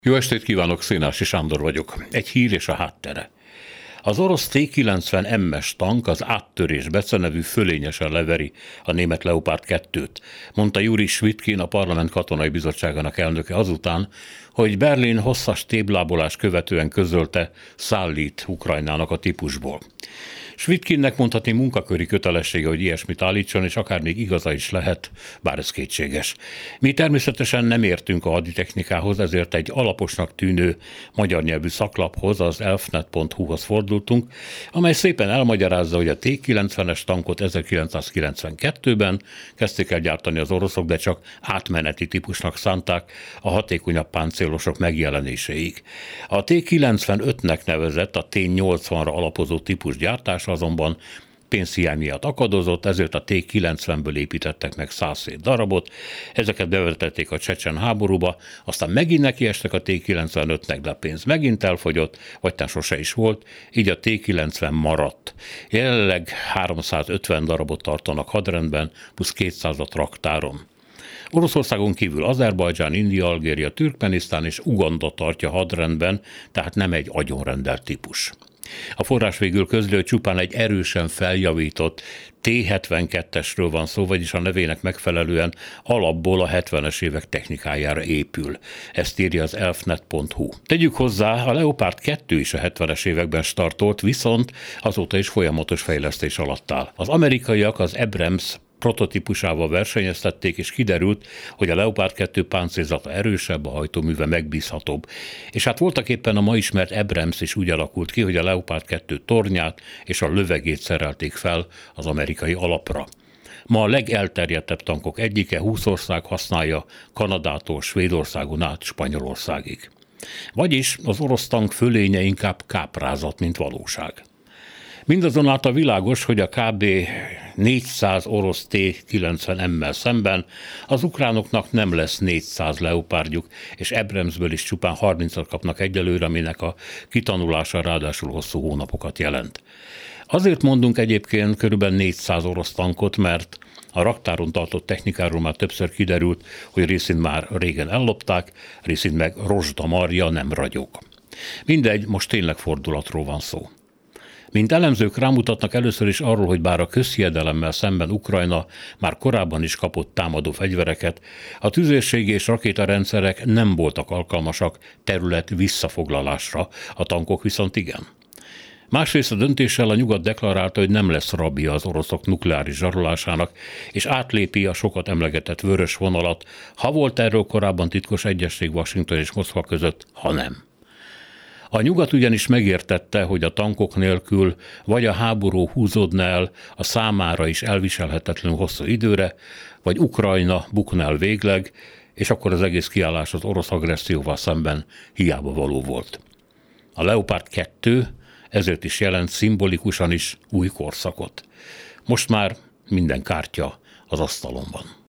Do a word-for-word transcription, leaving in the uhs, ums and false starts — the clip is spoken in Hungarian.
Jó estét kívánok, Szénási Sándor vagyok. Egy hír és a háttere. Az orosz té kilencven em-es tank az Áttörés becenevű fölényesen leveri a német Leopard kettőt, mondta Juri Schwitkin, a Parlament Katonai Bizottságának elnöke azután, hogy Berlin hosszas téblábolás követően közölte, szállít Ukrajnának a típusból. Schwitkinnek mondhatni munkaköri kötelessége, hogy ilyesmit állítson, és akár még igaza is lehet, bár ez kétséges. Mi természetesen nem értünk a haditechnikához, ezért egy alaposnak tűnő magyar nyelvű szaklaphoz, az elfnet pont hu-hoz fordultunk, amely szépen elmagyarázza, hogy a té kilencvenes tankot ezerkilencszázkilencvenkettőben kezdték el gyártani az oroszok, de csak átmeneti típusnak szánták a hatékonyabb páncélosok megjelenéséig. A té kilencvenötnek nevezett, a té nyolcvanra alapozó típus gyártása azonban pénzhiány miatt akadozott, ezért a té kilencvenből építettek meg százhét darabot, ezeket bevetették a csecsen háborúba, aztán megint nekiestek a té kilencvenötnek, de a pénz megint elfogyott, vagy tán sose is volt, így a té kilencven maradt. Jelenleg háromszázötven darabot tartanak hadrendben, plusz kétszázat raktáron. Oroszországon kívül Azerbajdzsán, India, Algéria, Türkmenisztán és Uganda tartja hadrendben, tehát nem egy agyonrendelt típus. A forrás végül közli, hogy csupán egy erősen feljavított té hetvenkettesről van szó, vagyis a nevének megfelelően alapból a hetvenes évek technikájára épül. Ezt írja az elfnet pont hu. Tegyük hozzá, a Leopard kettő is a hetvenes években startolt, viszont azóta is folyamatos fejlesztés alatt áll. Az amerikaiak az Abrams prototípusával versenyeztették, és kiderült, hogy a Leopard kettő páncélzata erősebb, a hajtóműve megbízhatóbb. És hát voltaképpen a ma ismert Abrams is úgy alakult ki, hogy a Leopard kettő tornyát és a lövegét szerelték fel az amerikai alapra. Ma a legelterjedtebb tankok egyike, húsz ország használja, Kanadától Svédországon át Spanyolországig. Vagyis az orosz tank fölénye inkább káprázat, mint valóság. Mindazonáltal világos, hogy a kb. négyszáz orosz té kilencven em-mel szemben az ukránoknak nem lesz négyszáz leopárdjuk, és Abramsből is csupán harmincat kapnak egyelőre, aminek a kitanulása ráadásul hosszú hónapokat jelent. Azért mondunk egyébként körülbelül négyszáz orosz tankot, mert a raktáron tartott technikáról már többször kiderült, hogy részint már régen ellopták, részint meg rozsdamarja, nem ragyog. Mindegy, most tényleg fordulatról van szó. Mint elemzők rámutatnak először is arról, hogy bár a közhiedelemmel szemben Ukrajna már korábban is kapott támadó fegyvereket, a tüzérségi és rakétarendszerek nem voltak alkalmasak terület visszafoglalásra, a tankok viszont igen. Másrészt a döntéssel a nyugat deklarálta, hogy nem lesz rabja az oroszok nukleáris zsarolásának, és átlépi a sokat emlegetett vörös vonalat, ha volt erről korábban titkos egyezség Washington és Moszkva között, ha nem. A nyugat ugyanis megértette, hogy a tankok nélkül vagy a háború húzódna el a számára is elviselhetetlenül hosszú időre, vagy Ukrajna bukna el végleg, és akkor az egész kiállás az orosz agresszióval szemben hiába való volt. A Leopard kettő ezért is jelent szimbolikusan is új korszakot. Most már minden kártya az asztalon van.